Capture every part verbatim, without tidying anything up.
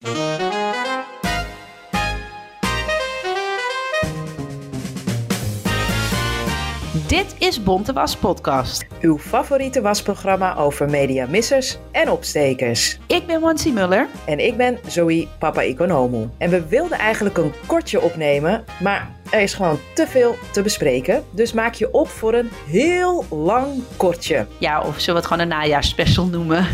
Dit is Bonte Was Podcast. Uw favoriete wasprogramma over mediamissers en opstekers. Ik ben Wansie Muller. En ik ben Zoe Papa Economou. En we wilden eigenlijk een kortje opnemen, maar er is gewoon te veel te bespreken. Dus maak je op voor een heel lang kortje. Ja, of zullen we het gewoon een najaarsspecial noemen?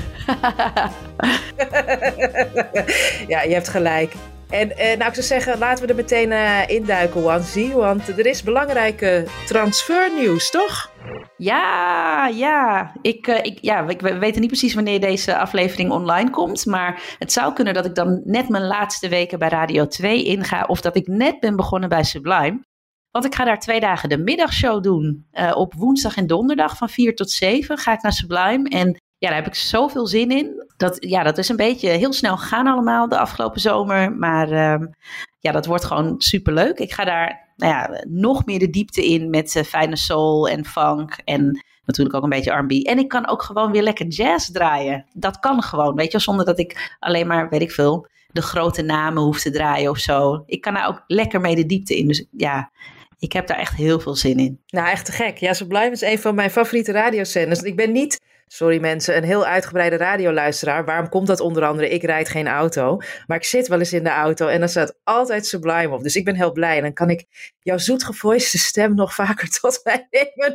Ja, je hebt gelijk. En eh, nou, ik zou zeggen, laten we er meteen uh, induiken, Wansie. Want er is belangrijke transfernieuws, toch? Ja, ja. Ik, uh, ik, ja. Ik, we weten niet precies wanneer deze aflevering online komt. Maar het zou kunnen dat ik dan net mijn laatste weken bij Radio twee inga. Of dat ik net ben begonnen bij Sublime. Want ik ga daar twee dagen de middagshow doen. Uh, op woensdag en donderdag van vier tot zeven ga ik naar Sublime. En ja, daar heb ik zoveel zin in. Dat, ja, dat is een beetje heel snel gegaan allemaal de afgelopen zomer. Maar uh, ja, dat wordt gewoon superleuk. Ik ga daar nou ja, nog meer de diepte in met uh, fijne soul en funk en natuurlijk ook een beetje R en B. En ik kan ook gewoon weer lekker jazz draaien. Dat kan gewoon, weet je, zonder dat ik alleen maar, weet ik veel, de grote namen hoef te draaien of zo. Ik kan daar ook lekker mee de diepte in. Dus ja, ik heb daar echt heel veel zin in. Nou, echt te gek. Ja, Sublime is een van mijn favoriete radiozenders. Ik ben niet... Sorry mensen, een heel uitgebreide radioluisteraar. Waarom komt dat onder andere? Ik rijd geen auto. Maar ik zit wel eens in de auto en dan staat altijd Sublime op. Dus ik ben heel blij. En dan kan ik jouw zoetgevoiste stem nog vaker tot mij nemen.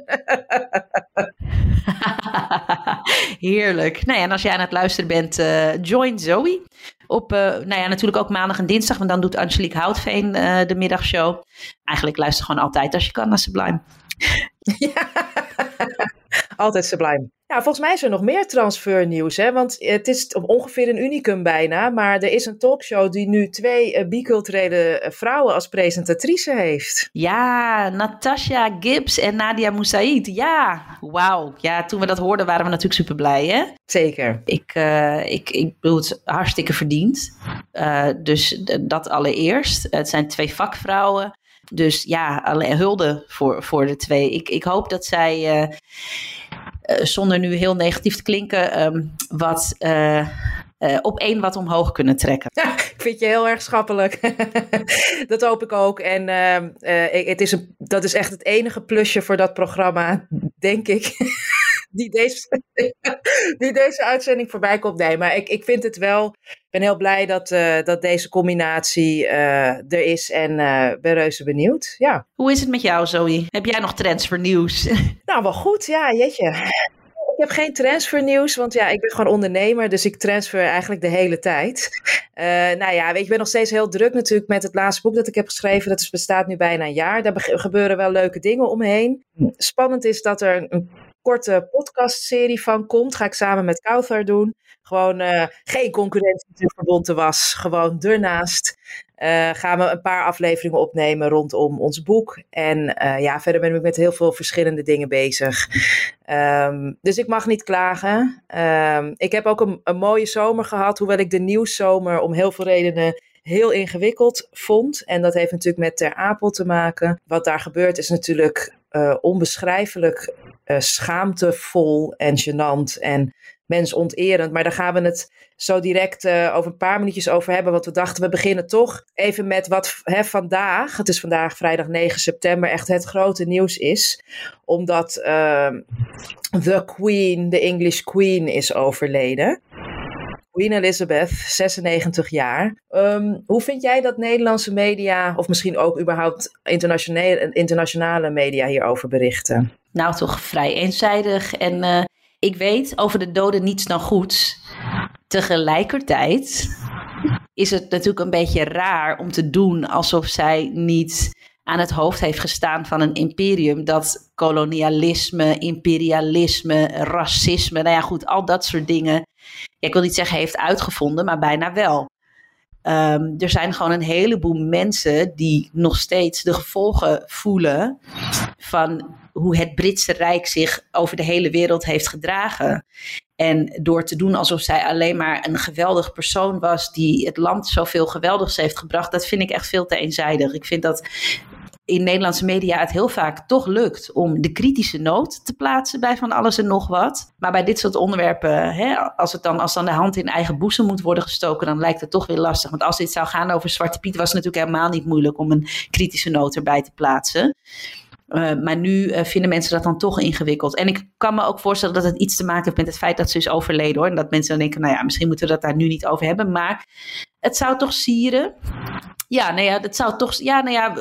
Heerlijk. Nou ja, en als jij aan het luisteren bent, uh, join Zoe. Op, uh, nou ja, natuurlijk ook maandag en dinsdag. Want dan doet Angelique Houtveen uh, de middagshow. Eigenlijk luister gewoon altijd als je kan naar Sublime. Ja. Altijd Sublime. Ja, volgens mij is er nog meer transfernieuws, hè? Want het is ongeveer een unicum bijna, maar er is een talkshow die nu twee uh, biculturele vrouwen als presentatrice heeft. Ja, Natasha Gibbs en Nadia Moussaïd. Ja, wauw. Ja, toen we dat hoorden waren we natuurlijk super blij, hè? Zeker. Ik, uh, ik, ik bedoel, het hartstikke verdiend. Uh, dus d- dat allereerst. Het zijn twee vakvrouwen. Dus ja, alleen hulde voor, voor de twee. Ik, ik hoop dat zij, uh, uh, zonder nu heel negatief te klinken, um, wat uh, uh, op één wat omhoog kunnen trekken. Ja, ik vind je heel erg schappelijk. Dat hoop ik ook. En uh, uh, het is een, dat is echt het enige plusje voor dat programma, denk ik. Die deze, die deze uitzending voorbij komt. Nee, maar ik, ik vind het wel... Ik ben heel blij dat, uh, dat deze combinatie uh, er is en uh, ben reuze benieuwd. Ja. Hoe is het met jou, Zoe? Heb jij nog transfernieuws? Nou, wel goed. Ja, jeetje. Ik heb geen transfernieuws, want ja, ik ben gewoon ondernemer, dus ik transfer eigenlijk de hele tijd. Uh, nou ja, weet je, ik ben nog steeds heel druk natuurlijk met het laatste boek dat ik heb geschreven. Dat is, bestaat nu bijna een jaar. Daar be- gebeuren wel leuke dingen omheen. Spannend is dat er een korte podcastserie van komt. Ga ik samen met Kauthar doen. Gewoon uh, geen concurrentie voor Bonte Was. Gewoon ernaast. Uh, gaan we een paar afleveringen opnemen rondom ons boek. En uh, ja, verder ben ik met heel veel verschillende dingen bezig. Um, dus ik mag niet klagen. Um, ik heb ook een, een mooie zomer gehad. Hoewel ik de nieuwszomer om heel veel redenen heel ingewikkeld vond. En dat heeft natuurlijk met Ter Apel te maken. Wat daar gebeurt is natuurlijk uh, onbeschrijfelijk uh, schaamtevol en gênant en mensonterend. Maar daar gaan we het zo direct uh, over een paar minuutjes over hebben. Want we dachten, we beginnen toch even met wat hè, vandaag, het is vandaag vrijdag negen september, echt het grote nieuws is. Omdat uh, the Queen, de English Queen, is overleden. Queen Elizabeth, zesennegentig jaar. Um, hoe vind jij dat Nederlandse media, of misschien ook überhaupt internationale, internationale media hierover berichten? Nou, toch vrij eenzijdig. En uh, ik weet over de doden niets dan goeds. Tegelijkertijd is het natuurlijk een beetje raar om te doen alsof zij niet aan het hoofd heeft gestaan van een imperium dat kolonialisme, imperialisme, racisme, nou ja goed, al dat soort dingen, ja, ik wil niet zeggen heeft uitgevonden, maar bijna wel. Um, er zijn gewoon een heleboel mensen die nog steeds de gevolgen voelen van hoe het Britse Rijk zich over de hele wereld heeft gedragen. En door te doen alsof zij alleen maar een geweldig persoon was die het land zoveel geweldigs heeft gebracht, dat vind ik echt veel te eenzijdig. Ik vind dat in Nederlandse media het heel vaak toch lukt om de kritische noot te plaatsen bij van alles en nog wat. Maar bij dit soort onderwerpen, hè, als het dan als dan de hand in eigen boezem moet worden gestoken, dan lijkt het toch weer lastig. Want als dit zou gaan over Zwarte Piet, was het natuurlijk helemaal niet moeilijk om een kritische noot erbij te plaatsen. Uh, maar nu uh, vinden mensen dat dan toch ingewikkeld. En ik kan me ook voorstellen dat het iets te maken heeft met het feit dat ze is overleden, hoor. En dat mensen dan denken, nou ja, misschien moeten we dat daar nu niet over hebben. Maar het zou toch sieren. Ja, nou ja, dat zou toch. Ja, nou ja,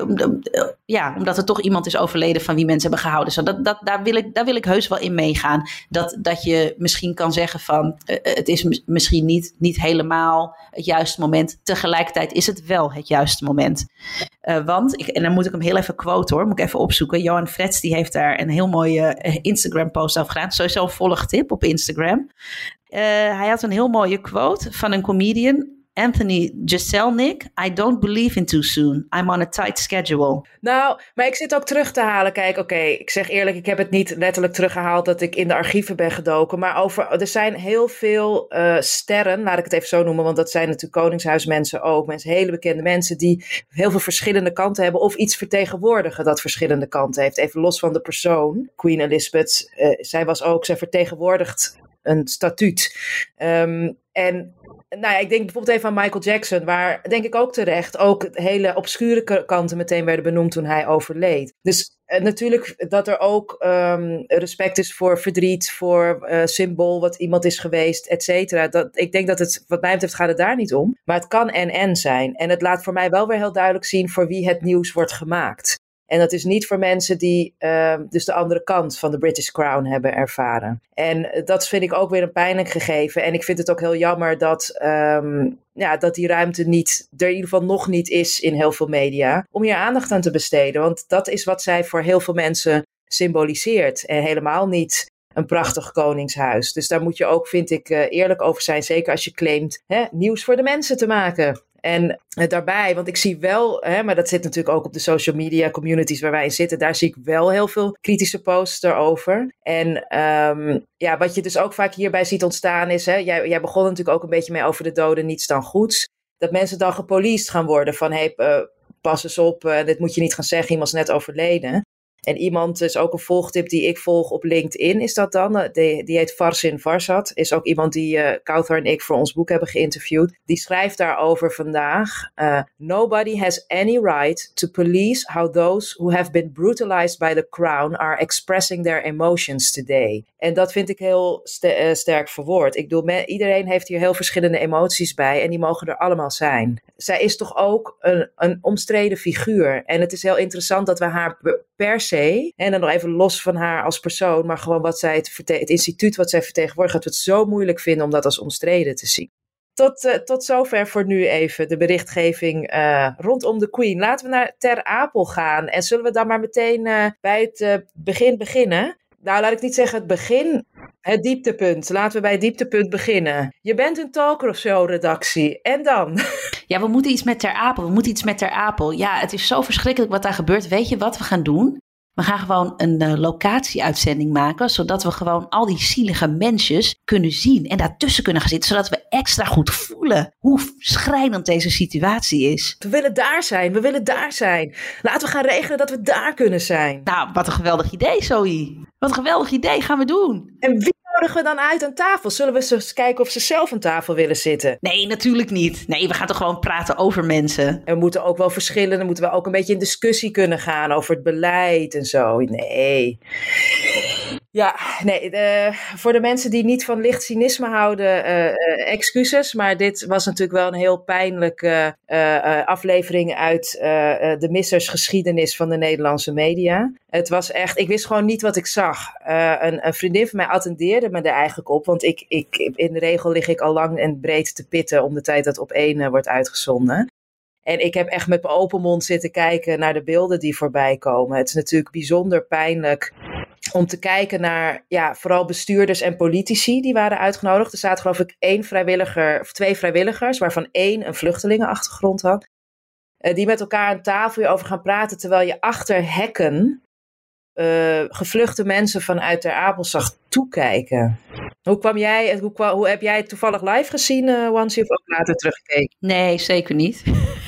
ja, omdat er toch iemand is overleden van wie mensen hebben gehouden. Zo, dat, dat, daar, wil ik, daar wil ik heus wel in meegaan. Dat, dat je misschien kan zeggen van, uh, het is m- misschien niet, niet helemaal het juiste moment. Tegelijkertijd is het wel het juiste moment. Uh, want, ik, en dan moet ik hem heel even quote hoor, moet ik even opzoeken. Johan Frets, die heeft daar een heel mooie uh, Instagram post over gedaan. Sowieso een volgtip op Instagram. Uh, hij had een heel mooie quote van een comedian. Anthony Jeselnik, I don't believe in too soon. I'm on a tight schedule. Nou, maar ik zit ook terug te halen. Kijk, oké, okay, ik zeg eerlijk, ik heb het niet letterlijk teruggehaald dat ik in de archieven ben gedoken. Maar over, er zijn heel veel uh, sterren, laat ik het even zo noemen, want dat zijn natuurlijk koningshuismensen ook. Mensen, hele bekende mensen die heel veel verschillende kanten hebben of iets vertegenwoordigen dat verschillende kanten heeft. Even los van de persoon. Queen Elizabeth, uh, zij was ook, zij vertegenwoordigt een statuut. Um, en nou ja, ik denk bijvoorbeeld even aan Michael Jackson, waar denk ik ook terecht ook hele obscure kanten meteen werden benoemd toen hij overleed. Dus uh, natuurlijk dat er ook um, respect is voor verdriet, voor uh, symbool wat iemand is geweest, et cetera. Dat, ik denk dat het, wat mij betreft gaat het daar niet om. Maar het kan en-en zijn. En het laat voor mij wel weer heel duidelijk zien voor wie het nieuws wordt gemaakt. En dat is niet voor mensen die uh, dus de andere kant van de British Crown hebben ervaren. En dat vind ik ook weer een pijnlijk gegeven. En ik vind het ook heel jammer dat, um, ja, dat die ruimte niet, er in ieder geval nog niet is in heel veel media, om hier aandacht aan te besteden. Want dat is wat zij voor heel veel mensen symboliseert. En helemaal niet een prachtig koningshuis. Dus daar moet je ook, vind ik, uh, eerlijk over zijn. Zeker als je claimt hè, nieuws voor de mensen te maken. En uh, daarbij, want ik zie wel, hè, maar dat zit natuurlijk ook op de social media communities waar wij in zitten, daar zie ik wel heel veel kritische posts erover. En um, ja, wat je dus ook vaak hierbij ziet ontstaan is, hè, jij, jij begon natuurlijk ook een beetje mee over de doden, niets dan goeds. Dat mensen dan gepoliced gaan worden van, hé, hey, uh, pas eens op, uh, dit moet je niet gaan zeggen, iemand is net overleden. En iemand, is ook een volgtip die ik volg op LinkedIn, is dat dan? Die, die heet Farsin Varsat. Is ook iemand die uh, Kauthar en ik voor ons boek hebben geïnterviewd. Die schrijft daarover vandaag. Uh, Nobody has any right to police how those who have been brutalized by the crown are expressing their emotions today. En dat vind ik heel st- uh, sterk verwoord. Ik bedoel, me, iedereen heeft hier heel verschillende emoties bij en die mogen er allemaal zijn. Zij is toch ook een, een omstreden figuur. En het is heel interessant dat we haar per se, en dan nog even los van haar als persoon, maar gewoon wat zij het, verte- het instituut wat zij vertegenwoordigt, dat we het zo moeilijk vinden om dat als omstreden te zien. Tot, uh, tot zover voor nu even de berichtgeving uh, rondom de Queen. Laten we naar Ter Apel gaan. En zullen we dan maar meteen uh, bij het uh, begin beginnen? Nou, laat ik niet zeggen het begin, het dieptepunt. Laten we bij het dieptepunt beginnen. Je bent een talkshow-redactie. En dan? Ja, we moeten iets met Ter Apel. We moeten iets met Ter Apel. Ja, het is zo verschrikkelijk wat daar gebeurt. Weet je wat we gaan doen? We gaan gewoon een uh, locatie-uitzending maken, zodat we gewoon al die zielige mensjes kunnen zien en daartussen kunnen gaan zitten, zodat we extra goed voelen hoe schrijnend deze situatie is. We willen daar zijn, we willen daar zijn. Laten we gaan regelen dat we daar kunnen zijn. Nou, wat een geweldig idee, Zoe. Wat een geweldig idee, gaan we doen. En wie nodigen we dan uit aan tafel? Zullen we eens kijken of ze zelf aan tafel willen zitten? Nee, natuurlijk niet. Nee, we gaan toch gewoon praten over mensen. En we moeten ook wel verschillen. Dan moeten we ook een beetje in discussie kunnen gaan over het beleid en zo. Nee. Ja, nee. De, voor de mensen die niet van licht cynisme houden, uh, uh, excuses. Maar dit was natuurlijk wel een heel pijnlijke uh, uh, aflevering uit uh, uh, de missersgeschiedenis van de Nederlandse media. Het was echt, ik wist gewoon niet wat ik zag. Uh, een, een vriendin van mij attendeerde me er eigenlijk op. Want ik, ik, in de regel lig ik al lang en breed te pitten om de tijd dat op één uh, wordt uitgezonden. En ik heb echt met mijn open mond zitten kijken naar de beelden die voorbij komen. Het is natuurlijk bijzonder pijnlijk om te kijken naar, ja, vooral bestuurders en politici die waren uitgenodigd. Er zaten geloof ik één vrijwilliger, of twee vrijwilligers, waarvan één een vluchtelingenachtergrond had. Uh, die met elkaar aan tafel hierover gaan praten, terwijl je achter hekken uh, gevluchte mensen vanuit Ter Apel zag toekijken. Hoe kwam jij, hoe, kwam, hoe heb jij het toevallig live gezien, uh, Wansi, of ook later teruggekeken? Nee, zeker niet.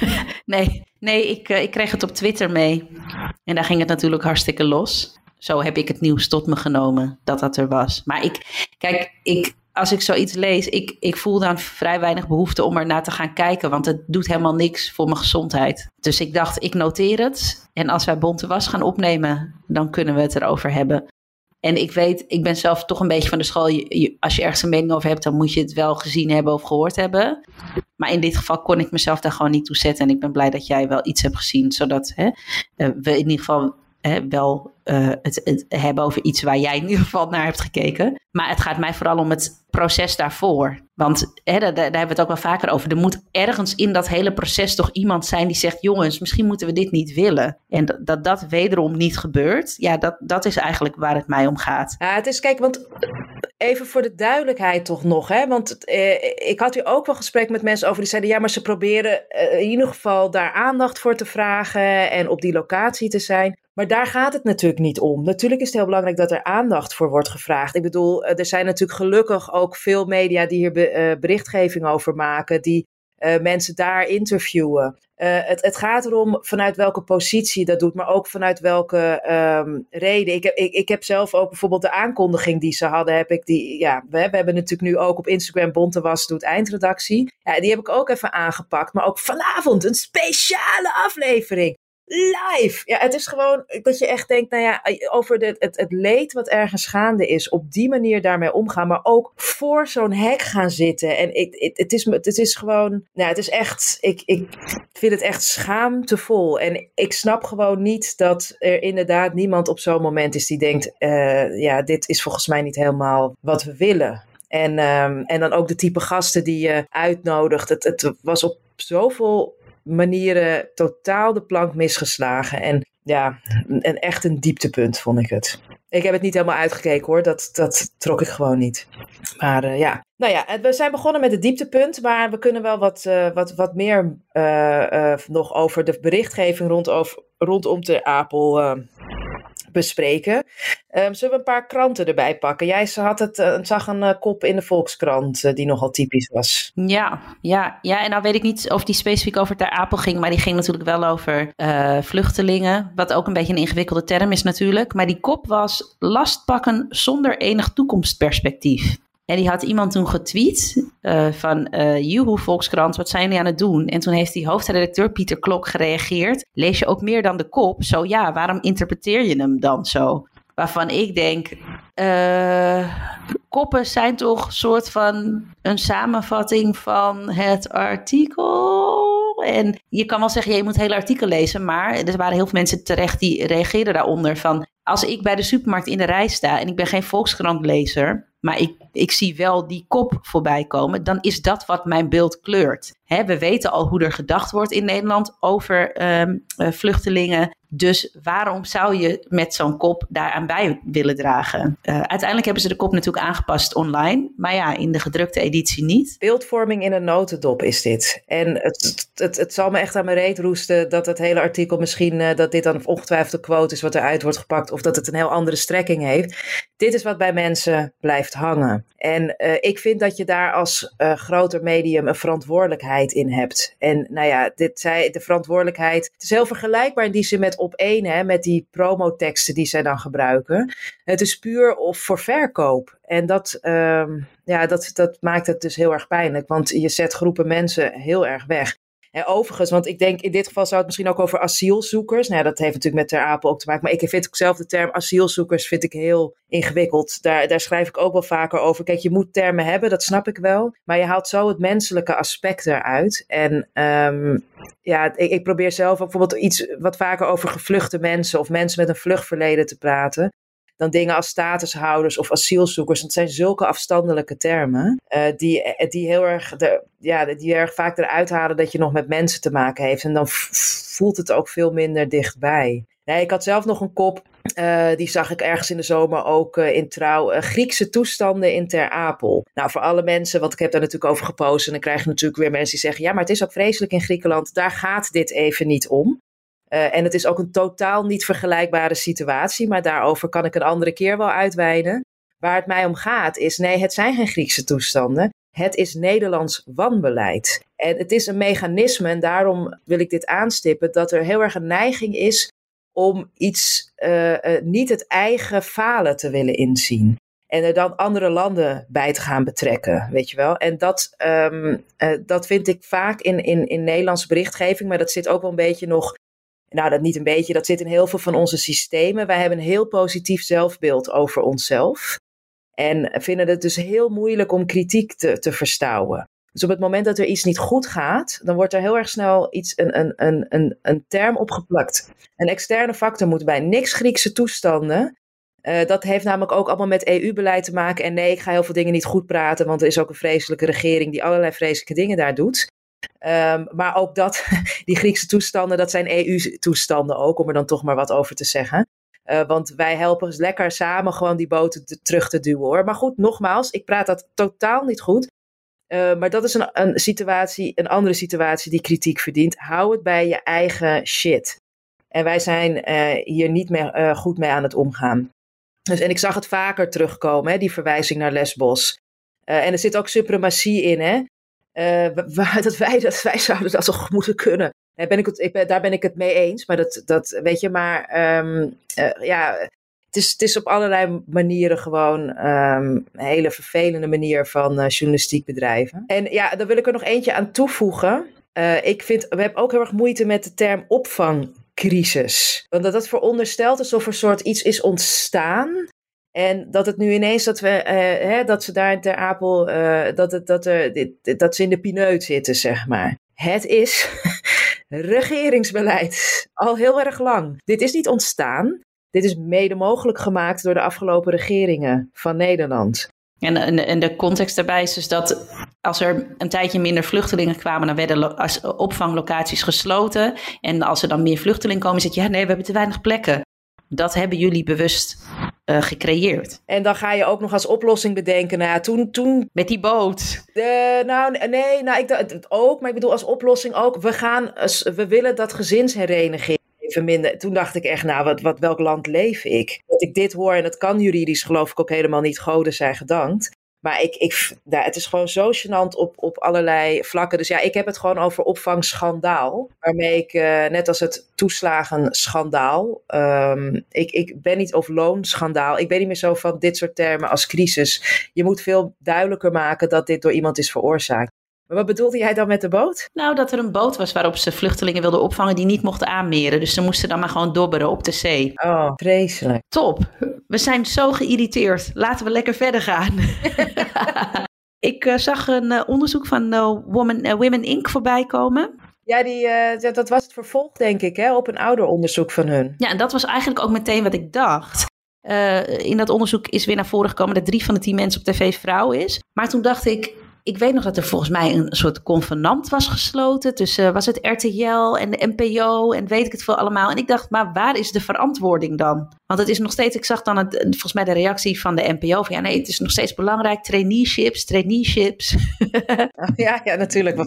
Nee, nee ik, uh, ik kreeg het op Twitter mee. En daar ging het natuurlijk hartstikke los. Zo heb ik het nieuws tot me genomen dat dat er was. Maar ik, kijk, ik, als ik zoiets lees, ik, ik voel dan vrij weinig behoefte om er naar te gaan kijken. Want het doet helemaal niks voor mijn gezondheid. Dus ik dacht, ik noteer het. En als wij Bonte Was gaan opnemen, dan kunnen we het erover hebben. En ik weet, ik ben zelf toch een beetje van de school. Je, je, als je ergens een mening over hebt, dan moet je het wel gezien hebben of gehoord hebben. Maar in dit geval kon ik mezelf daar gewoon niet toe zetten. En ik ben blij dat jij wel iets hebt gezien. Zodat hè, we in ieder geval hè, wel uh, het, het hebben over iets waar jij in ieder geval naar hebt gekeken. Maar het gaat mij vooral om het proces daarvoor. Want hè, daar, daar hebben we het ook wel vaker over. Er moet ergens in dat hele proces toch iemand zijn die zegt, jongens, misschien moeten we dit niet willen. En dat dat, dat wederom niet gebeurt, ja, dat, dat is eigenlijk waar het mij om gaat. Ja, het is, kijk, want even voor de duidelijkheid toch nog, hè, want eh, ik had hier ook wel gesprek met mensen over die zeiden, ja, maar ze proberen eh, in ieder geval daar aandacht voor te vragen en op die locatie te zijn. Maar daar gaat het natuurlijk niet om. Natuurlijk is het heel belangrijk dat er aandacht voor wordt gevraagd. Ik bedoel, er zijn natuurlijk gelukkig ook veel media die hier be, uh, berichtgeving over maken, die uh, mensen daar interviewen. Uh, het, het gaat erom vanuit welke positie je dat doet, maar ook vanuit welke um, reden. Ik heb, ik, ik heb zelf ook bijvoorbeeld de aankondiging die ze hadden, heb ik die, ja, we, we hebben natuurlijk nu ook op Instagram Bonte Was doet eindredactie. Ja, die heb ik ook even aangepakt, maar ook vanavond een speciale aflevering. Live! Ja, het is gewoon dat je echt denkt, nou ja, over de, het, het leed wat ergens gaande is, op die manier daarmee omgaan, maar ook voor zo'n hek gaan zitten. En ik, het, het, is, het is gewoon, nou, het is echt, ik, ik vind het echt schaamtevol. En ik snap gewoon niet dat er inderdaad niemand op zo'n moment is die denkt, uh, ja, dit is volgens mij niet helemaal wat we willen. En, um, en dan ook de type gasten die je uitnodigt. Het, het was op zoveel manieren totaal de plank misgeslagen. En ja, een, echt een dieptepunt vond ik het. Ik heb het niet helemaal uitgekeken hoor, dat, dat trok ik gewoon niet. Maar uh, ja, nou ja, we zijn begonnen met het dieptepunt, maar we kunnen wel wat, uh, wat, wat meer uh, uh, nog over de berichtgeving rond over, rondom Ter Apel uh, bespreken. Um, zullen we een paar kranten erbij pakken? Jij had het, uh, zag een uh, kop in de Volkskrant uh, die nogal typisch was. Ja, ja, ja, en nou weet ik niet of die specifiek over Ter Apel ging, maar die ging natuurlijk wel over uh, vluchtelingen, wat ook een beetje een ingewikkelde term is natuurlijk. Maar die kop was lastpakken zonder enig toekomstperspectief. En die had iemand toen getweet uh, van, uh, joehoe Volkskrant, wat zijn jullie aan het doen? En toen heeft die hoofdredacteur Pieter Klok gereageerd. Lees je ook meer dan de kop? Zo ja, waarom interpreteer je hem dan zo? Waarvan ik denk, uh, koppen zijn toch een soort van een samenvatting van het artikel. En je kan wel zeggen, je moet het hele artikel lezen, maar er waren heel veel mensen terecht die reageerden daaronder van, als ik bij de supermarkt in de rij sta en ik ben geen Volkskrantlezer, maar ik, ik zie wel die kop voorbij komen, dan is dat wat mijn beeld kleurt. Hè, we weten al hoe er gedacht wordt in Nederland over um, uh, vluchtelingen. Dus waarom zou je met zo'n kop daaraan bij willen dragen? Uh, uiteindelijk hebben ze de kop natuurlijk aangepast online. Maar ja, in de gedrukte editie niet. Beeldvorming in een notendop is dit. En het, het, het zal me echt aan mijn reet roesten dat het hele artikel misschien, uh, dat dit dan ongetwijfeld de quote is wat eruit wordt gepakt. Of dat het een heel andere strekking heeft. Dit is wat bij mensen blijft hangen. En uh, ik vind dat je daar als uh, groter medium een verantwoordelijkheid in hebt. En nou ja, dit zei de verantwoordelijkheid. Het is heel vergelijkbaar in die zin met op één, hè, met die promoteksten die zij dan gebruiken. Het is puur of voor verkoop. En dat, um, ja, dat, dat maakt het dus heel erg pijnlijk. Want je zet groepen mensen heel erg weg. En overigens, want ik denk in dit geval zou het misschien ook over asielzoekers. Nou ja, dat heeft natuurlijk met Ter Apel ook te maken. Maar ik vind ook zelf de term asielzoekers vind ik heel ingewikkeld. Daar, daar schrijf ik ook wel vaker over. Kijk, je moet termen hebben, dat snap ik wel. Maar je haalt zo het menselijke aspect eruit. En um, ja, ik, ik probeer zelf ook bijvoorbeeld iets wat vaker over gevluchte mensen of mensen met een vluchtverleden te praten. Dan dingen als statushouders of asielzoekers. Het zijn zulke afstandelijke termen. Uh, die, die, heel erg de, ja, die erg vaak eruit halen dat je nog met mensen te maken heeft. En dan f- voelt het ook veel minder dichtbij. Nee, ik had zelf nog een kop. Uh, die zag ik ergens in de zomer ook uh, in Trouw. Uh, Griekse toestanden in Ter Apel. Nou, voor alle mensen, want ik heb daar natuurlijk over gepost. En dan krijg je natuurlijk weer mensen die zeggen, ja, maar het is ook vreselijk in Griekenland. Daar gaat dit even niet om. Uh, en het is ook een totaal niet vergelijkbare situatie, maar daarover kan ik een andere keer wel uitweiden. Waar het mij om gaat is, nee, het zijn geen Griekse toestanden. Het is Nederlands wanbeleid. En het is een mechanisme, en daarom wil ik dit aanstippen, dat er heel erg een neiging is om iets, uh, uh, niet het eigen falen te willen inzien. En er dan andere landen bij te gaan betrekken, weet je wel. En dat, um, uh, dat vind ik vaak in, in, in Nederlandse berichtgeving, maar dat zit ook wel een beetje nog, nou dat niet een beetje, dat zit in heel veel van onze systemen. Wij hebben een heel positief zelfbeeld over onszelf. En vinden het dus heel moeilijk om kritiek te, te verstouwen. Dus op het moment dat er iets niet goed gaat, dan wordt er heel erg snel iets, een, een, een, een, een term opgeplakt. Een externe factor moet bij, niks Griekse toestanden. Uh, dat heeft namelijk ook allemaal met E U-beleid te maken. En nee, ik ga heel veel dingen niet goed praten, want er is ook een vreselijke regering die allerlei vreselijke dingen daar doet. Um, maar ook dat, die Griekse toestanden, dat zijn E U-toestanden ook, om er dan toch maar wat over te zeggen. Uh, want wij helpen lekker samen gewoon die boten te, terug te duwen, hoor. Maar goed, nogmaals, ik praat dat totaal niet goed. Uh, maar dat is een, een situatie, een andere situatie die kritiek verdient. Hou het bij je eigen shit. En wij zijn uh, hier niet meer uh, goed mee aan het omgaan. Dus, en ik zag het vaker terugkomen, hè, die verwijzing naar Lesbos. Uh, en er zit ook suprematie in, hè. Uh, waar, dat, wij, dat wij zouden dat toch moeten kunnen. Daar ben ik het, ik ben, daar ben ik het mee eens. Maar dat, dat weet je, maar um, uh, ja, het is, het is op allerlei manieren gewoon um, een hele vervelende manier van uh, journalistiek bedrijven. En ja, daar wil ik er nog eentje aan toevoegen. Uh, ik vind, we hebben ook heel erg moeite met de term opvangcrisis. Want dat dat veronderstelt alsof er een soort iets is ontstaan. En dat het nu ineens dat we, uh, hè, dat ze daar in Ter Apel, uh, dat, het, dat, er, dit, dat ze in de pineut zitten, zeg maar. Het is regeringsbeleid. Al heel erg lang. Dit is niet ontstaan. Dit is mede mogelijk gemaakt door de afgelopen regeringen van Nederland. En, en, en de context daarbij is dus dat als er een tijdje minder vluchtelingen kwamen, dan werden lo- als opvanglocaties gesloten. En als er dan meer vluchtelingen komen, zeg je, ja nee, we hebben te weinig plekken. Dat hebben jullie bewust uh, gecreëerd. En dan ga je ook nog als oplossing bedenken, nou ja, toen... toen met die boot. Uh, nou, nee, nou, ik dacht het ook, maar ik bedoel als oplossing ook, we gaan, we willen dat gezinshereniging even minder. Toen dacht ik echt, nou, wat, wat, welk land leef ik? Dat ik dit hoor, en dat kan juridisch geloof ik ook helemaal niet, goden zij gedankt. Maar ik, ik, nou, het is gewoon zo gênant op, op allerlei vlakken. Dus ja, ik heb het gewoon over opvangschandaal. Waarmee ik, uh, net als het toeslagenschandaal, um, ik, ik ben niet, of loonschandaal. Ik ben niet meer zo van dit soort termen als crisis. Je moet veel duidelijker maken dat dit door iemand is veroorzaakt. Maar wat bedoelde jij dan met de boot? Nou, dat er een boot was waarop ze vluchtelingen wilden opvangen die niet mochten aanmeren. Dus ze moesten dan maar gewoon dobberen op de zee. Oh, vreselijk. Top. We zijn zo geïrriteerd. Laten we lekker verder gaan. Ik uh, zag een uh, onderzoek van uh, Woman, uh, Women incorporated voorbij komen. Ja, die, uh, dat was het vervolg, denk ik, hè, op een ouder onderzoek van hun. Ja, en dat was eigenlijk ook meteen wat ik dacht. Uh, in dat onderzoek is weer naar voren gekomen dat drie van de tien mensen op tv vrouw is. Maar toen dacht ik, ik weet nog dat er volgens mij een soort convenant was gesloten tussen, uh, was het R T L en de N P O en weet ik het veel allemaal. En ik dacht, maar waar is de verantwoording dan? Want het is nog steeds, ik zag dan het, volgens mij de reactie van de N P O van ja nee, het is nog steeds belangrijk, traineeships, traineeships. Oh, ja, ja, natuurlijk.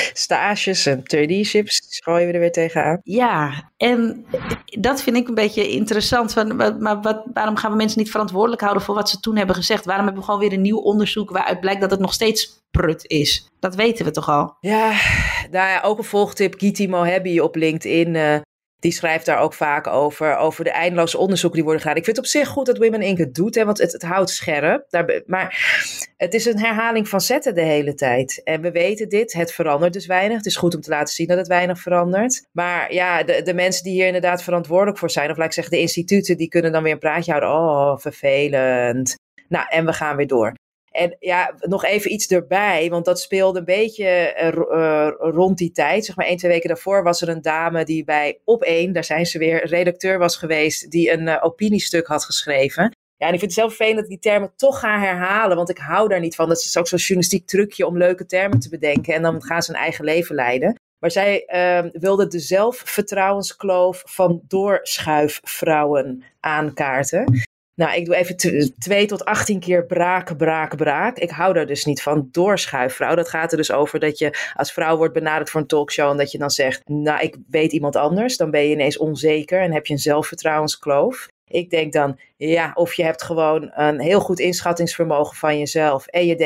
Stages en traineeships gooien we er weer tegenaan. Ja, en dat vind ik een beetje interessant. Van, maar wat, waarom gaan we mensen niet verantwoordelijk houden voor wat ze toen hebben gezegd? Waarom hebben we gewoon weer een nieuw onderzoek waaruit blijkt dat het nog steeds prut is? Dat weten we toch al? Ja, nou ja, ook een volgtip. Giti Mohebi op LinkedIn, uh, die schrijft daar ook vaak over. Over de eindeloze onderzoeken die worden gedaan. Ik vind het op zich goed dat Women incorporated het doet, hè, want het, het houdt scherp. Daar, maar het is een herhaling van zetten de hele tijd. En we weten dit, het verandert dus weinig. Het is goed om te laten zien dat het weinig verandert. Maar ja, de, de mensen die hier inderdaad verantwoordelijk voor zijn, of laat ik zeggen de instituten, die kunnen dan weer een praatje houden. Oh, vervelend. Nou, en we gaan weer door. En ja, nog even iets erbij, want dat speelde een beetje uh, uh, rond die tijd. Zeg maar één, twee weken daarvoor was er een dame die bij Op één, daar zijn ze weer, redacteur was geweest, die een uh, opiniestuk had geschreven. Ja, en ik vind het zelf vervelend dat ik die termen toch ga herhalen, want ik hou daar niet van. Dat is ook zo'n journalistiek trucje om leuke termen te bedenken en dan gaan ze hun eigen leven leiden. Maar zij uh, wilde de zelfvertrouwenskloof van doorschuifvrouwen aankaarten. Nou, ik doe even twee tot achttien keer braak, braak, braak. Ik hou daar dus niet van. Doorschuifvrouw. Dat gaat er dus over dat je als vrouw wordt benaderd voor een talkshow en dat je dan zegt, nou, ik weet iemand anders. Dan ben je ineens onzeker en heb je een zelfvertrouwenskloof. Ik denk dan, ja, of je hebt gewoon een heel goed inschattingsvermogen van jezelf en je denkt,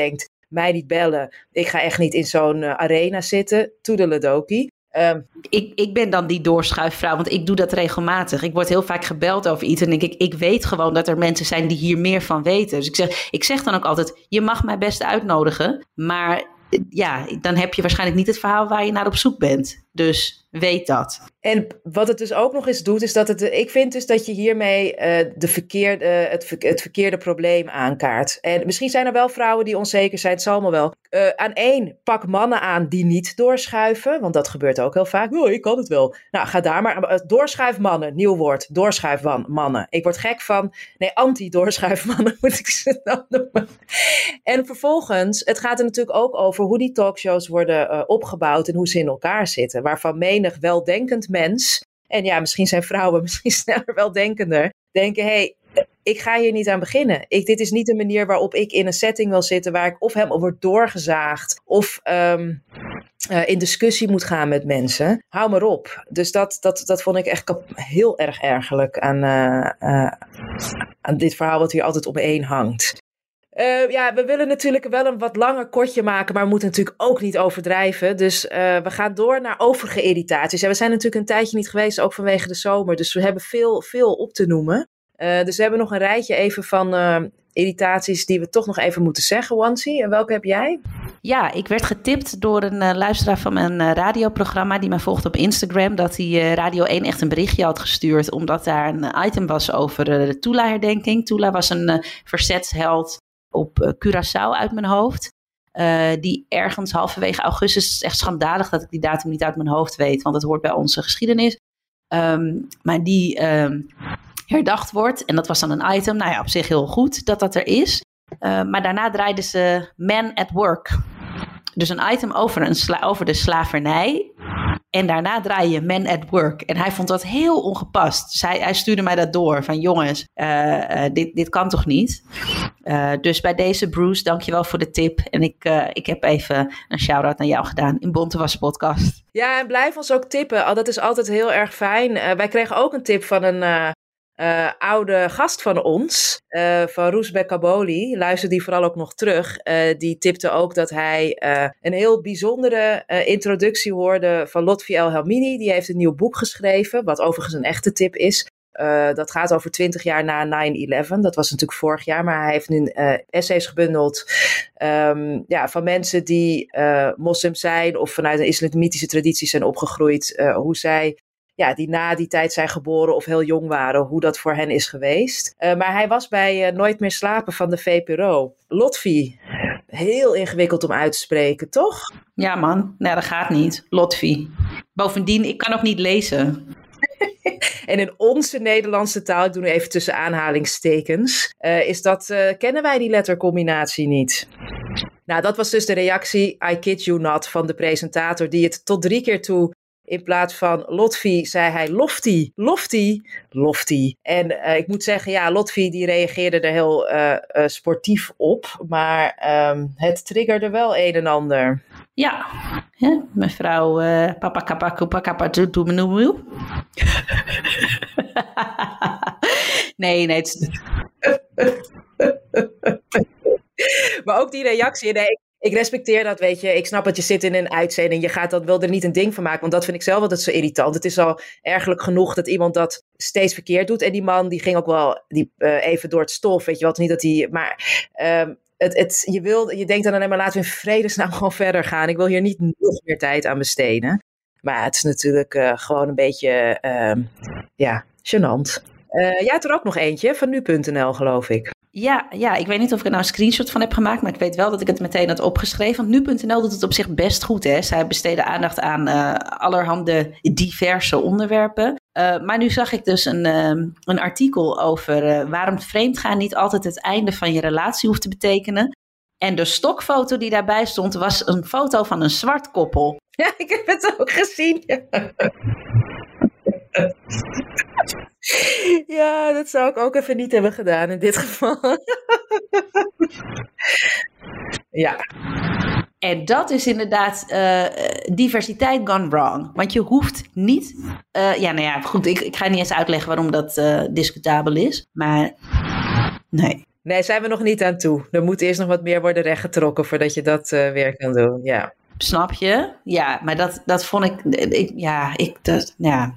mij niet bellen. Ik ga echt niet in zo'n uh, arena zitten. Toedeledokie. Um, ik, ik ben dan die doorschuifvrouw, want ik doe dat regelmatig. Ik word heel vaak gebeld over iets en denk ik, ik weet gewoon dat er mensen zijn die hier meer van weten. Dus ik zeg, ik zeg dan ook altijd, je mag mij best uitnodigen, maar ja, dan heb je waarschijnlijk niet het verhaal waar je naar op zoek bent. Dus weet dat. En wat het dus ook nog eens doet, is dat het, ik vind dus dat je hiermee uh, de verkeerde, het, ver, het verkeerde probleem aankaart. En misschien zijn er wel vrouwen die onzeker zijn, het zal maar wel. Uh, aan één, pak mannen aan die niet doorschuiven, want dat gebeurt ook heel vaak. Oh, ik kan het wel. Nou, ga daar maar. Uh, doorschuif mannen, nieuw woord. Doorschuif mannen. Ik word gek van, nee, anti-doorschuif mannen moet ik ze dan noemen. En vervolgens, het gaat er natuurlijk ook over hoe die talkshows worden uh, opgebouwd en hoe ze in elkaar zitten. Waarvan menig weldenkend mens, en ja, misschien zijn vrouwen misschien sneller weldenkender, denken, hé, hey, ik ga hier niet aan beginnen. Ik, dit is niet een manier waarop ik in een setting wil zitten waar ik of helemaal word doorgezaagd of um, uh, in discussie moet gaan met mensen. Hou maar op. Dus dat, dat, dat vond ik echt kap- heel erg ergerlijk aan, uh, uh, aan dit verhaal wat hier altijd omheen hangt. Uh, ja, we willen natuurlijk wel een wat langer kortje maken, maar we moeten natuurlijk ook niet overdrijven. Dus uh, we gaan door naar overige irritaties. En we zijn natuurlijk een tijdje niet geweest, ook vanwege de zomer. Dus we hebben veel, veel op te noemen. Uh, dus we hebben nog een rijtje even van uh, irritaties die we toch nog even moeten zeggen, Wansi. En welke heb jij? Ja, ik werd getipt door een uh, luisteraar van mijn uh, radioprogramma die mij volgt op Instagram, dat hij uh, Radio één echt een berichtje had gestuurd, omdat daar een uh, item was over uh, de Tula-herdenking. Tula was een uh, verzetsheld op uh, Curaçao uit mijn hoofd. Uh, die ergens halverwege augustus, het is echt schandalig dat ik die datum niet uit mijn hoofd weet, want het hoort bij onze geschiedenis. Um, maar die um, herdacht wordt. En dat was dan een item. Nou ja, op zich heel goed dat dat er is. Uh, maar daarna draaiden ze Man at Work. Dus een item over, een sla- over de slavernij. En daarna draai je Man at Work. En hij vond dat heel ongepast. Dus hij, hij stuurde mij dat door. Van jongens, uh, uh, dit, dit kan toch niet? Uh, dus bij deze Bruce, dankjewel voor de tip. En ik, uh, ik heb even een shout-out naar jou gedaan in Bontewas podcast. Ja, en blijf ons ook tippen. Oh, dat is altijd heel erg fijn. Uh, wij kregen ook een tip van een uh, uh, oude gast van ons. Uh, van Roesbek Kaboli. Luister die vooral ook nog terug. Uh, die tipte ook dat hij uh, een heel bijzondere uh, introductie hoorde van Lotfi El Helmini. Die heeft een nieuw boek geschreven. Wat overigens een echte tip is. Uh, dat gaat over twintig jaar na nine eleven. Dat was natuurlijk vorig jaar, maar hij heeft nu uh, essays gebundeld um, ja, van mensen die uh, moslim zijn of vanuit een islamitische traditie zijn opgegroeid. Uh, hoe zij, ja, die na die tijd zijn geboren of heel jong waren, hoe dat voor hen is geweest. Uh, maar hij was bij uh, Nooit meer slapen van de V P R O. Lotfi, heel ingewikkeld om uit te spreken, toch? Ja man, nee, dat gaat niet. Lotfi. Bovendien, ik kan ook niet lezen. En in onze Nederlandse taal, ik doe nu even tussen aanhalingstekens, uh, is dat, uh, kennen wij die lettercombinatie niet. Nou, dat was dus de reactie, I kid you not, van de presentator, die het tot drie keer toe, in plaats van Lotfi, zei hij Lofty, Lofty, Lofty. En uh, ik moet zeggen, ja, Lotfi die reageerde er heel uh, uh, sportief op, maar um, het triggerde wel een en ander. Ja, ja mevrouw uh, papa kappa kupa kappa doe Nee, nee. Het... Maar ook die reactie, nee, ik, ik respecteer dat, weet je. Ik snap dat je zit in een uitzending, je gaat dat, wil er niet een ding van maken, want dat vind ik zelf altijd zo irritant. Het is al ergelijk genoeg dat iemand dat steeds verkeerd doet. En die man, die ging ook wel die, uh, even door het stof, weet je wel. Niet dat hij, maar... Um, Het, het, je, wil, je denkt dan alleen maar, laten we in vredesnaam gewoon verder gaan. Ik wil hier niet nog meer tijd aan besteden. Maar het is natuurlijk uh, gewoon een beetje, uh, ja, gênant. Uh, jij hebt er ook nog eentje van nu punt n l, geloof ik. Ja, ja, ik weet niet of ik er nou een screenshot van heb gemaakt, maar ik weet wel dat ik het meteen had opgeschreven. Want nu punt n l doet het op zich best goed, hè. Zij besteden aandacht aan uh, allerhande diverse onderwerpen. Uh, maar nu zag ik dus een, uh, een artikel over uh, waarom vreemdgaan niet altijd het einde van je relatie hoeft te betekenen. En de stokfoto die daarbij stond was een foto van een zwart koppel. Ja, ik heb het ook gezien. Ja. Ja, dat zou ik ook even niet hebben gedaan in dit geval. Ja. En dat is inderdaad uh, diversiteit gone wrong. Want je hoeft niet... Uh, ja, nou ja, goed, ik, ik ga niet eens uitleggen waarom dat uh, discutabel is. Maar nee. Nee, zijn we nog niet aan toe. Er moet eerst nog wat meer worden rechtgetrokken voordat je dat uh, weer kan doen. Ja. Snap je? Ja, maar dat, dat vond ik, ik ja, ik, dat, ja.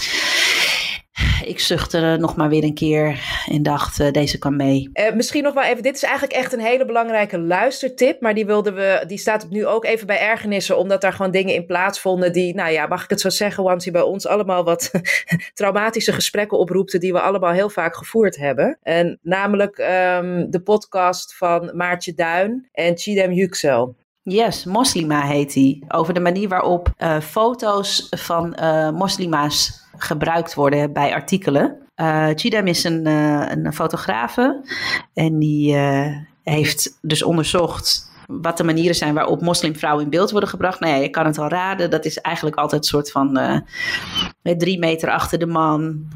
Ik zuchtte nog maar weer een keer en dacht, uh, deze kan mee. Uh, misschien nog wel even, dit is eigenlijk echt een hele belangrijke luistertip, maar die wilden we, die staat nu ook even bij ergernissen, omdat daar gewoon dingen in plaatsvonden die, nou ja, mag ik het zo zeggen, Wansie, bij ons allemaal wat traumatische gesprekken oproepten die we allemaal heel vaak gevoerd hebben. En namelijk um, de podcast van Maartje Duin en Chidem Yüksel. Yes, Moslima heet die. Over de manier waarop uh, foto's van uh, moslima's gebruikt worden bij artikelen. Uh, Chidem is een, uh, een fotografe en die uh, heeft dus onderzocht wat de manieren zijn waarop moslimvrouwen in beeld worden gebracht. Nou ja, je kan het al raden, dat is eigenlijk altijd een soort van uh, drie meter achter de man,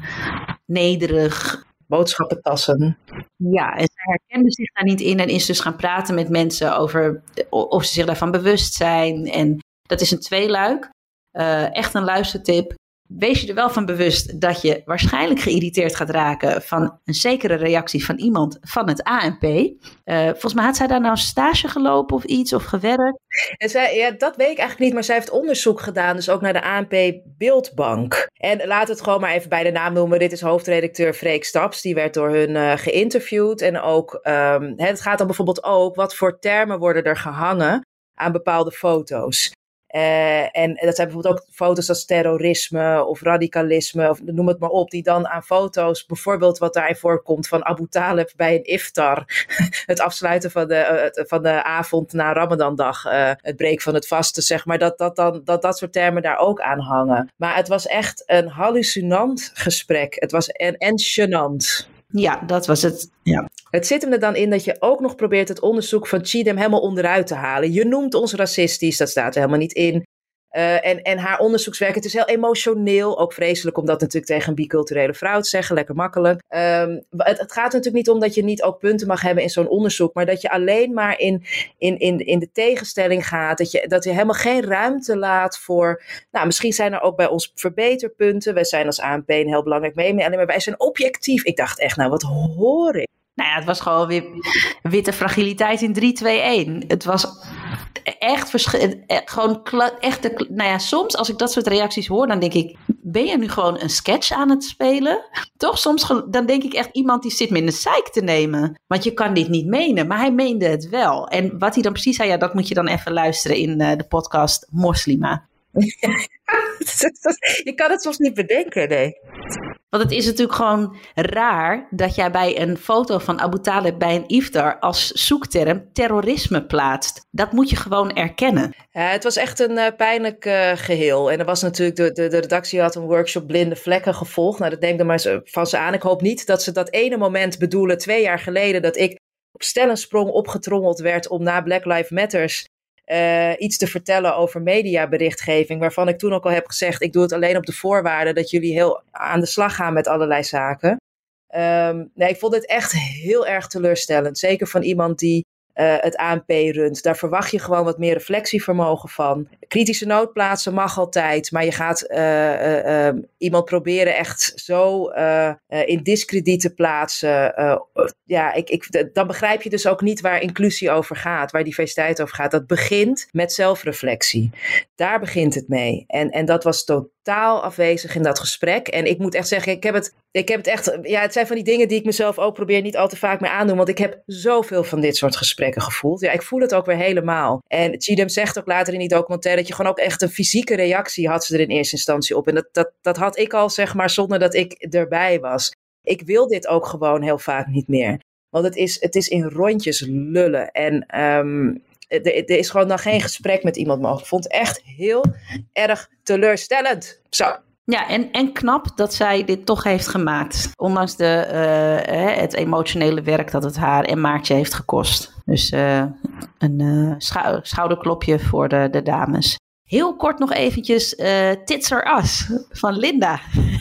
nederig. Boodschappentassen. Ja, en zij herkende zich daar niet in en is dus gaan praten met mensen over of ze zich daarvan bewust zijn. En dat is een tweeluik. Uh, echt een luistertip. Wees je er wel van bewust dat je waarschijnlijk geïrriteerd gaat raken van een zekere reactie van iemand van het A N P. Uh, volgens mij had zij daar nou stage gelopen of iets of gewerkt. En zij, ja, dat weet ik eigenlijk niet, maar zij heeft onderzoek gedaan, dus ook naar de A N P Beeldbank. En laat het gewoon maar even bij de naam noemen. Dit is hoofdredacteur Freek Staps, die werd door hun uh, geïnterviewd. En ook, um, het gaat dan bijvoorbeeld ook, wat voor termen worden er gehangen aan bepaalde foto's. Uh, en dat zijn bijvoorbeeld ook foto's als terrorisme of radicalisme, of noem het maar op, die dan aan foto's, bijvoorbeeld wat daarin voorkomt van Abu Talib bij een iftar, het afsluiten van de, uh, van de avond na Ramadandag, uh, het breken van het vasten, zeg maar, dat dat, dan, dat dat soort termen daar ook aan hangen. Maar het was echt een hallucinant gesprek. Het was en, en gênant. Ja, dat was het. Ja. Het zit hem er dan in dat je ook nog probeert het onderzoek van Chidem helemaal onderuit te halen. Je noemt ons racistisch, dat staat er helemaal niet in. Uh, en, en haar onderzoekswerk, het is heel emotioneel. Ook vreselijk om dat natuurlijk tegen een biculturele vrouw te zeggen. Lekker makkelijk. Um, het, het gaat natuurlijk niet om dat je niet ook punten mag hebben in zo'n onderzoek. Maar dat je alleen maar in, in, in, in de tegenstelling gaat. Dat je, dat je helemaal geen ruimte laat voor... Nou, misschien zijn er ook bij ons verbeterpunten. Wij zijn als A N P een heel belangrijk media. Maar wij zijn objectief. Ik dacht echt, nou wat hoor ik? Nou ja, het was gewoon weer witte fragiliteit in drie, twee, één. Het was echt verschil, gewoon echt. De, nou ja, soms als ik dat soort reacties hoor, dan denk ik, ben je nu gewoon een sketch aan het spelen? Toch? Soms dan denk ik echt, iemand die zit me in de zeik te nemen. Want je kan dit niet menen, maar hij meende het wel. En wat hij dan precies zei, ja, dat moet je dan even luisteren in uh, de podcast Moslima. Je kan het soms niet bedenken, nee. Want het is natuurlijk gewoon raar dat jij bij een foto van Abu Talib bij een iftar als zoekterm terrorisme plaatst. Dat moet je gewoon erkennen. Ja, het was echt een uh, pijnlijk uh, geheel. En er was natuurlijk, de, de, de redactie had een workshop blinde vlekken gevolgd. Nou, dat neem ik er maar van ze aan. Ik hoop niet dat ze dat ene moment bedoelen, twee jaar geleden, dat ik op stel en sprong opgetrommeld werd om na Black Lives Matters Uh, iets te vertellen over mediaberichtgeving, waarvan ik toen ook al heb gezegd, ik doe het alleen op de voorwaarde dat jullie heel aan de slag gaan met allerlei zaken. Um, nee, ik vond het echt heel erg teleurstellend. Zeker van iemand die uh, het A N P runt. Daar verwacht je gewoon wat meer reflectievermogen van. Kritische noodplaatsen mag altijd, maar je gaat uh, uh, uh, iemand proberen echt zo uh, uh, in diskrediet te plaatsen. Uh, ja, ik, ik, dan begrijp je dus ook niet waar inclusie over gaat, waar diversiteit over gaat. Dat begint met zelfreflectie. Daar begint het mee. En, en dat was totaal afwezig in dat gesprek. En ik moet echt zeggen, ik heb het, ik heb het echt, ja, het zijn van die dingen die ik mezelf ook probeer niet al te vaak meer aandoen, want ik heb zoveel van dit soort gesprekken gevoeld. Ja, ik voel het ook weer helemaal. En Chidem zegt ook later in die documentaire dat je gewoon ook echt een fysieke reactie had ze er in eerste instantie op. En dat, dat, dat had ik al, zeg maar, zonder dat ik erbij was. Ik wil dit ook gewoon heel vaak niet meer. Want het is, het is in rondjes lullen. En um, er, er is gewoon dan geen gesprek met iemand mogelijk. Ik vond het echt heel erg teleurstellend. Zo. Ja, en, en knap dat zij dit toch heeft gemaakt. Ondanks de, uh, het emotionele werk dat het haar en Maartje heeft gekost. Dus uh, een uh, schou- schouderklopje voor de, de dames. Heel kort nog eventjes uh, Tits or Us van Linda.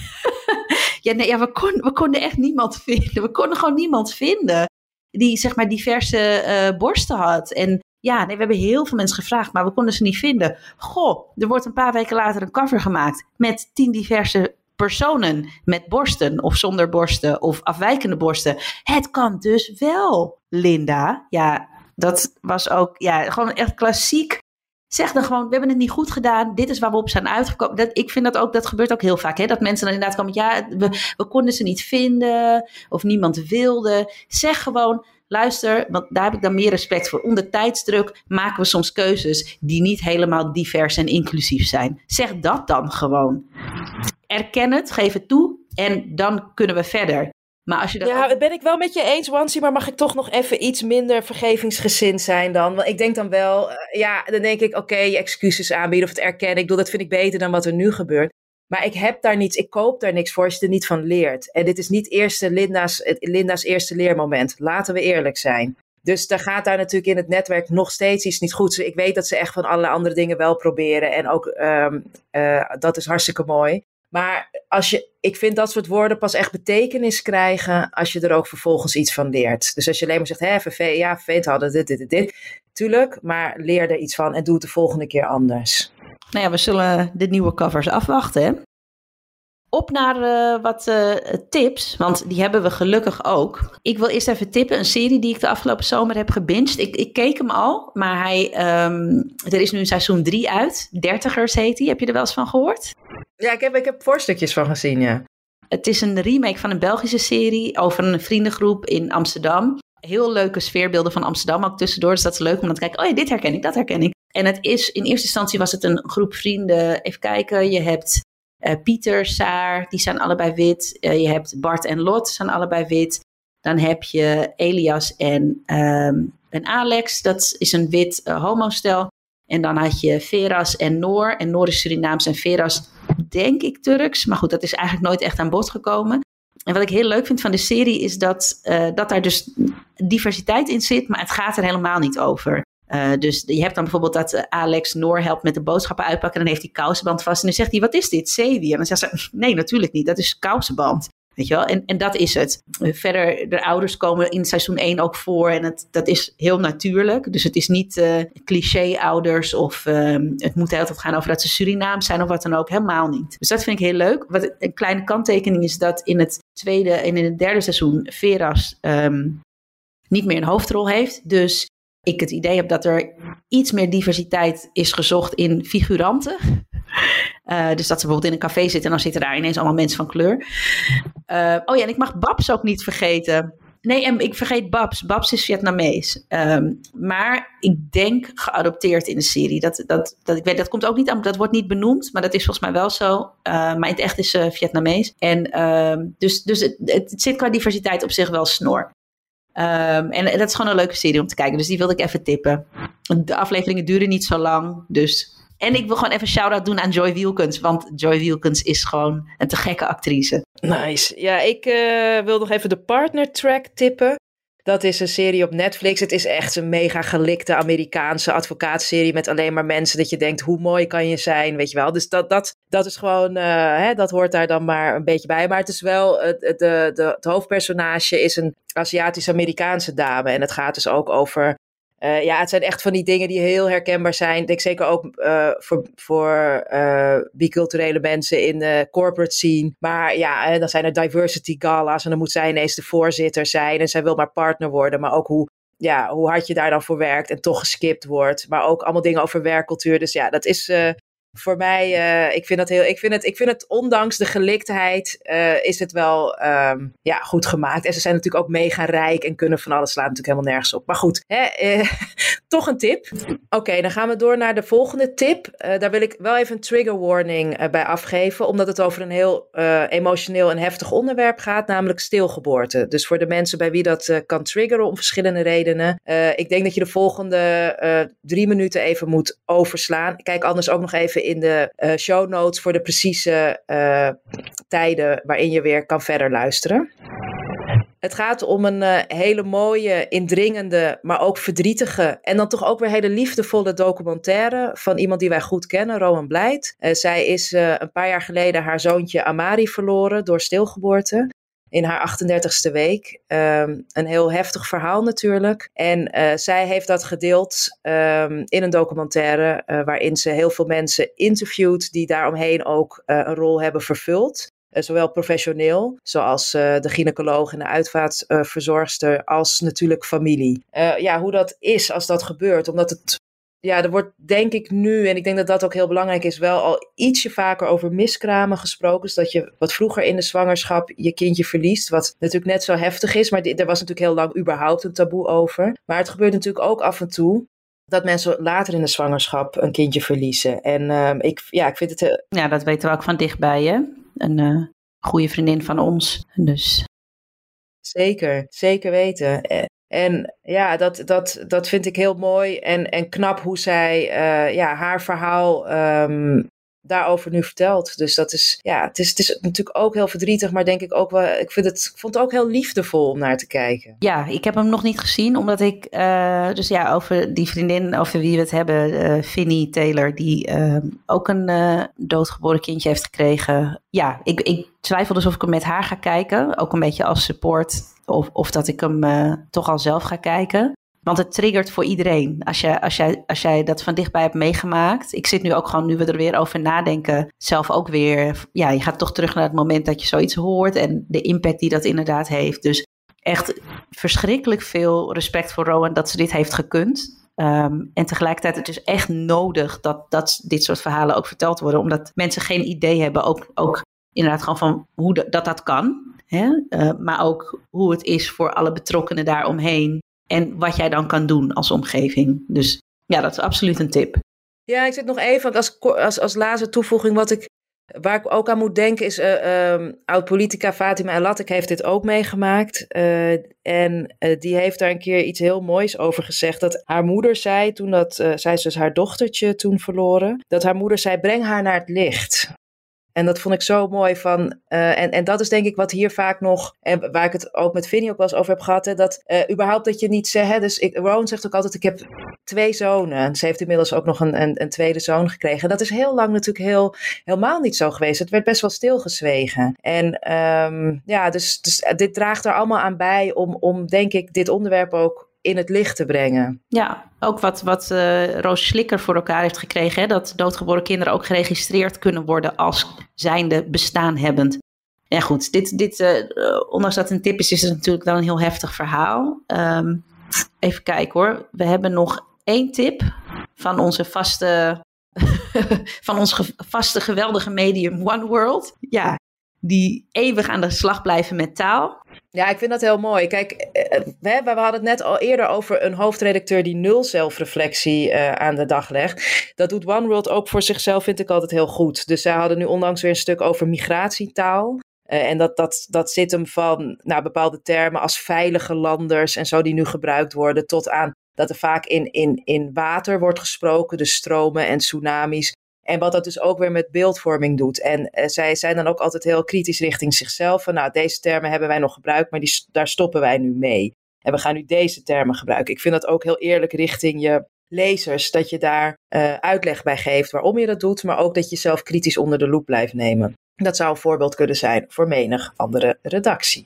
ja, nee, ja we, kon, we konden echt niemand vinden. We konden gewoon niemand vinden die, zeg maar, diverse uh, borsten had. En ja, nee, we hebben heel veel mensen gevraagd, maar we konden ze niet vinden. Goh, er wordt een paar weken later een cover gemaakt met tien diverse personen met borsten of zonder borsten of afwijkende borsten. Het kan dus wel, Linda. Ja, dat was ook ja, gewoon echt klassiek. Zeg dan gewoon, we hebben het niet goed gedaan. Dit is waar we op zijn uitgekomen. Dat, ik vind dat ook, dat gebeurt ook heel vaak. Hè? Dat mensen dan inderdaad komen, ja, we, we konden ze niet vinden. Of niemand wilde. Zeg gewoon, luister, want daar heb ik dan meer respect voor. Onder tijdsdruk maken we soms keuzes die niet helemaal divers en inclusief zijn. Zeg dat dan gewoon. Erken het, geef het toe en dan kunnen we verder. Maar als je dat ja, ook... ben ik wel met je eens, Wansie, maar mag ik toch nog even iets minder vergevingsgezind zijn dan? Want ik denk dan wel, uh, ja, dan denk ik, oké, okay, je excuses aanbieden of het erkennen. Ik bedoel, dat vind ik beter dan wat er nu gebeurt. Maar ik heb daar niets, ik koop daar niks voor als je er niet van leert. En dit is niet eerste Linda's, Linda's eerste leermoment. Laten we eerlijk zijn. Dus er gaat daar natuurlijk in het netwerk nog steeds iets niet goed. Ik weet dat ze echt van allerlei andere dingen wel proberen. En ook, um, uh, dat is hartstikke mooi. Maar als je, ik vind dat soort woorden pas echt betekenis krijgen als je er ook vervolgens iets van leert. Dus als je alleen maar zegt, hè, verve- ja, vervelend hadden dit, dit, dit, dit. Tuurlijk, maar leer er iets van en doe het de volgende keer anders. Nou ja, we zullen de nieuwe covers afwachten, hè? Op naar uh, wat uh, tips, want die hebben we gelukkig ook. Ik wil eerst even tippen, een serie die ik de afgelopen zomer heb gebinged. Ik, ik keek hem al, maar hij, um, er is nu een seizoen drie uit. Dertigers heet hij, heb je er wel eens van gehoord? Ja, ik heb, ik heb voorstukjes van gezien, ja. Het is een remake van een Belgische serie over een vriendengroep in Amsterdam. Heel leuke sfeerbeelden van Amsterdam ook tussendoor, dus dat is leuk om dan te kijken. Oh ja, dit herken ik, dat herken ik. En het is, in eerste instantie was het een groep vrienden. Even kijken, je hebt uh, Pieter, Saar, die zijn allebei wit. Uh, je hebt Bart en Lot, zijn allebei wit. Dan heb je Elias en, um, en Alex, dat is een wit uh, homostel. En dan had je Veras en Noor. En Noor is Surinaams en Veras, denk ik, Turks. Maar goed, dat is eigenlijk nooit echt aan bod gekomen. En wat ik heel leuk vind van de serie is dat, uh, dat daar dus diversiteit in zit, maar het gaat er helemaal niet over. Uh, dus je hebt dan bijvoorbeeld dat uh, Alex Noor helpt met de boodschappen uitpakken en dan heeft hij kousenband vast. En dan zegt hij, wat is dit, Sevi? En dan zegt ze, nee, natuurlijk niet, dat is kousenband. Weet je wel? En, en dat is het. Verder, de ouders komen in seizoen één ook voor. En het, dat is heel natuurlijk. Dus het is niet uh, cliché-ouders. Of uh, het moet de hele tijd gaan over dat ze Surinaams zijn. Of wat dan ook. Helemaal niet. Dus dat vind ik heel leuk. Wat een kleine kanttekening is dat in het tweede en in het derde seizoen Veras um, niet meer een hoofdrol heeft. Dus ik het idee heb dat er iets meer diversiteit is gezocht in figuranten. Uh, dus dat ze bijvoorbeeld in een café zitten en dan zitten daar ineens allemaal mensen van kleur. Uh, oh ja, en ik mag Babs ook niet vergeten. Nee, en ik vergeet Babs. Babs is Vietnamees. Um, maar ik denk geadopteerd in de serie. Dat, dat, dat, ik weet, dat komt ook niet aan, dat wordt niet benoemd, maar dat is volgens mij wel zo. Uh, maar in het echt is ze uh, Vietnamees. En uh, dus, dus het, het zit qua diversiteit op zich wel snor. Um, en dat is gewoon een leuke serie om te kijken. Dus die wilde ik even tippen. De afleveringen duren niet zo lang, dus... En ik wil gewoon even een shout-out doen aan Joy Wielkens. Want Joy Wielkens is gewoon een te gekke actrice. Nice. Ja, ik uh, wil nog even de partner track tippen. Dat is een serie op Netflix. Het is echt een mega gelikte Amerikaanse advocaatserie met alleen maar mensen dat je denkt, hoe mooi kan je zijn, weet je wel. Dus dat, dat, dat is gewoon, uh, hè, dat hoort daar dan maar een beetje bij. Maar het is wel, uh, de, de, het hoofdpersonage is een Aziatisch-Amerikaanse dame. En het gaat dus ook over... Uh, ja, het zijn echt van die dingen die heel herkenbaar zijn. Ik denk zeker ook uh, voor, voor uh, biculturele mensen in de corporate scene. Maar ja, dan zijn er diversity galas en dan moet zij ineens de voorzitter zijn. En zij wil maar partner worden. Maar ook hoe, ja, hoe hard je daar dan voor werkt en toch geskipt wordt. Maar ook allemaal dingen over werkcultuur. Dus ja, dat is... Uh, Voor mij, uh, ik vind dat heel, ik vind het, ik vind het ondanks de geliktheid, uh, is het wel um, ja, goed gemaakt. En ze zijn natuurlijk ook mega rijk en kunnen van alles, slaat natuurlijk helemaal nergens op. Maar goed, hè, uh, toch een tip. Oké, okay, dan gaan we door naar de volgende tip. Uh, daar wil ik wel even een trigger warning uh, bij afgeven, omdat het over een heel uh, emotioneel en heftig onderwerp gaat, namelijk stilgeboorte. Dus voor de mensen bij wie dat uh, kan triggeren om verschillende redenen. Uh, ik denk dat je de volgende uh, drie minuten even moet overslaan. Kijk anders ook nog even in de uh, show notes voor de precieze uh, tijden waarin je weer kan verder luisteren. Het gaat om een uh, hele mooie, indringende, maar ook verdrietige en dan toch ook weer hele liefdevolle documentaire van iemand die wij goed kennen, Rowan Blijt. Uh, zij is uh, een paar jaar geleden haar zoontje Amari verloren door stilgeboorte. In haar achtendertigste week. Um, een heel heftig verhaal natuurlijk. En uh, zij heeft dat gedeeld um, in een documentaire uh, waarin ze heel veel mensen interviewt die daaromheen ook uh, een rol hebben vervuld. Uh, zowel professioneel, zoals uh, de gynaecoloog en de uitvaartverzorgster, uh, als natuurlijk familie. Uh, ja, hoe dat is als dat gebeurt, omdat het... Ja, er wordt denk ik nu, en ik denk dat dat ook heel belangrijk is, wel al ietsje vaker over miskramen gesproken. Dus dat je wat vroeger in de zwangerschap je kindje verliest, wat natuurlijk net zo heftig is. Maar d- er was natuurlijk heel lang überhaupt een taboe over. Maar het gebeurt natuurlijk ook af en toe dat mensen later in de zwangerschap een kindje verliezen. En uh, ik, ja, ik vind het... Heel... Ja, dat weten we ook van dichtbij, hè? Een uh, goede vriendin van ons, dus... Zeker, zeker weten. En ja, dat, dat, dat vind ik heel mooi en, en knap hoe zij uh, ja, haar verhaal um, daarover nu vertelt. Dus dat is, ja, het is, het is natuurlijk ook heel verdrietig, maar denk ik ook wel, ik vind het, ik vond het ook heel liefdevol om naar te kijken. Ja, ik heb hem nog niet gezien, omdat ik, uh, dus ja, over die vriendin over wie we het hebben, uh, Finny Taylor, die uh, ook een uh, doodgeboren kindje heeft gekregen. Ja, ik, ik twijfel dus of ik hem met haar ga kijken, ook een beetje als support. Of, of dat ik hem uh, toch al zelf ga kijken. Want het triggert voor iedereen. Als, je, als, jij, als jij dat van dichtbij hebt meegemaakt. Ik zit nu ook gewoon, nu we er weer over nadenken, zelf ook weer. Ja, je gaat toch terug naar het moment dat je zoiets hoort. En de impact die dat inderdaad heeft. Dus echt verschrikkelijk veel respect voor Rowan dat ze dit heeft gekund. Um, en tegelijkertijd het is echt nodig dat, dat dit soort verhalen ook verteld worden. Omdat mensen geen idee hebben. Ook, ook inderdaad gewoon van hoe de, dat dat kan. Hè? Uh, maar ook hoe het is voor alle betrokkenen daaromheen. En wat jij dan kan doen als omgeving. Dus ja, dat is absoluut een tip. Ja, ik zit nog even als, als, als laatste toevoeging. Wat ik, waar ik ook aan moet denken is... Uh, um, oud-politica Fatima El-Latik heeft dit ook meegemaakt. Uh, en uh, die heeft daar een keer iets heel moois over gezegd. Dat haar moeder zei, toen dat, uh, zij is dus haar dochtertje toen verloren. Dat haar moeder zei, breng haar naar het licht. En dat vond ik zo mooi van, uh, en, en dat is denk ik wat hier vaak nog, en waar ik het ook met Vinnie ook wel eens over heb gehad, hè, dat uh, überhaupt dat je niet zegt, hè, dus ik, Rowan zegt ook altijd, ik heb twee zonen. En ze heeft inmiddels ook nog een, een, een tweede zoon gekregen. En dat is heel lang natuurlijk heel, helemaal niet zo geweest. Het werd best wel stilgezwegen. En um, ja, dus, dus dit draagt er allemaal aan bij om, om denk ik dit onderwerp ook in het licht te brengen. Ja, ook wat, wat uh, Roos Slikker voor elkaar heeft gekregen. Hè? Dat doodgeboren kinderen ook geregistreerd kunnen worden als zijnde bestaanhebbend. En goed, dit, dit, uh, ondanks dat het een tip is, is het natuurlijk wel een heel heftig verhaal. Um, even kijken hoor. We hebben nog één tip van onze vaste, van ons ge, vaste geweldige medium One World. Ja, die eeuwig aan de slag blijven met taal. Ja, ik vind dat heel mooi. Kijk, we, we hadden het net al eerder over een hoofdredacteur die nul zelfreflectie uh, aan de dag legt. Dat doet One World ook voor zichzelf, vind ik altijd heel goed. Dus zij hadden nu onlangs weer een stuk over migratietaal. Uh, en dat, dat, dat zit hem van nou, bepaalde termen als veilige landers en zo die nu gebruikt worden, tot aan dat er vaak in, in, in water wordt gesproken, dus stromen en tsunamis. En wat dat dus ook weer met beeldvorming doet. En uh, zij zijn dan ook altijd heel kritisch richting zichzelf. Van nou, deze termen hebben wij nog gebruikt, maar die, daar stoppen wij nu mee. En we gaan nu deze termen gebruiken. Ik vind dat ook heel eerlijk richting je lezers. Dat je daar uh, uitleg bij geeft waarom je dat doet. Maar ook dat je jezelf kritisch onder de loep blijft nemen. Dat zou een voorbeeld kunnen zijn voor menig andere redactie.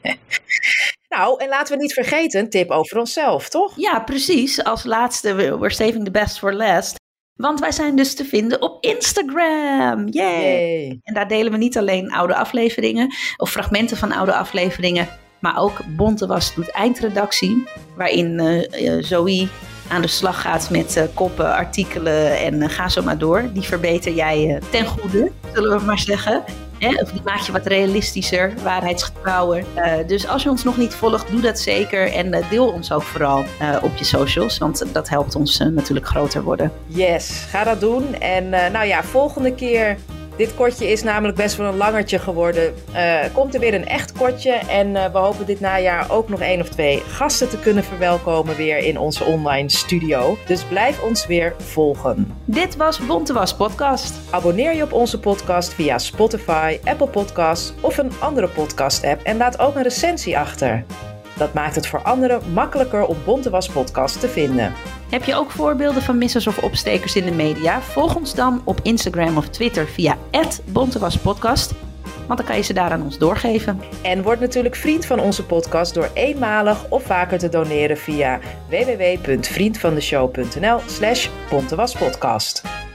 Nou, en laten we niet vergeten, een tip over onszelf, toch? Ja, precies. Als laatste, we're saving the best for last. Want wij zijn dus te vinden op Instagram. Yay! Yay. En daar delen we niet alleen oude afleveringen of fragmenten van oude afleveringen, maar ook Bontewas doet eindredactie, waarin uh, Zoe aan de slag gaat met uh, koppen, artikelen en uh, ga zo maar door. Die verbeter jij uh, ten goede, zullen we maar zeggen. Hè? Of die maak je wat realistischer, waarheidsgetrouwer. Uh, dus als je ons nog niet volgt, doe dat zeker. En uh, deel ons ook vooral uh, op je socials. Want dat helpt ons uh, natuurlijk groter worden. Yes, ga dat doen. En uh, nou ja, volgende keer... Dit kortje is namelijk best wel een langertje geworden. Uh, komt er weer een echt kortje. En uh, we hopen dit najaar ook nog één of twee gasten te kunnen verwelkomen weer in onze online studio. Dus blijf ons weer volgen. Dit was Bontewas Podcast. Abonneer je op onze podcast via Spotify, Apple Podcasts of een andere podcast app. En laat ook een recensie achter. Dat maakt het voor anderen makkelijker om Bontewas Podcast te vinden. Heb je ook voorbeelden van missers of opstekers in de media? Volg ons dan op Instagram of Twitter via at bontewaspodcast. Want dan kan je ze daar aan ons doorgeven. En word natuurlijk vriend van onze podcast door eenmalig of vaker te doneren via w w w punt vriendvandeshow punt n l slash bontewaspodcast.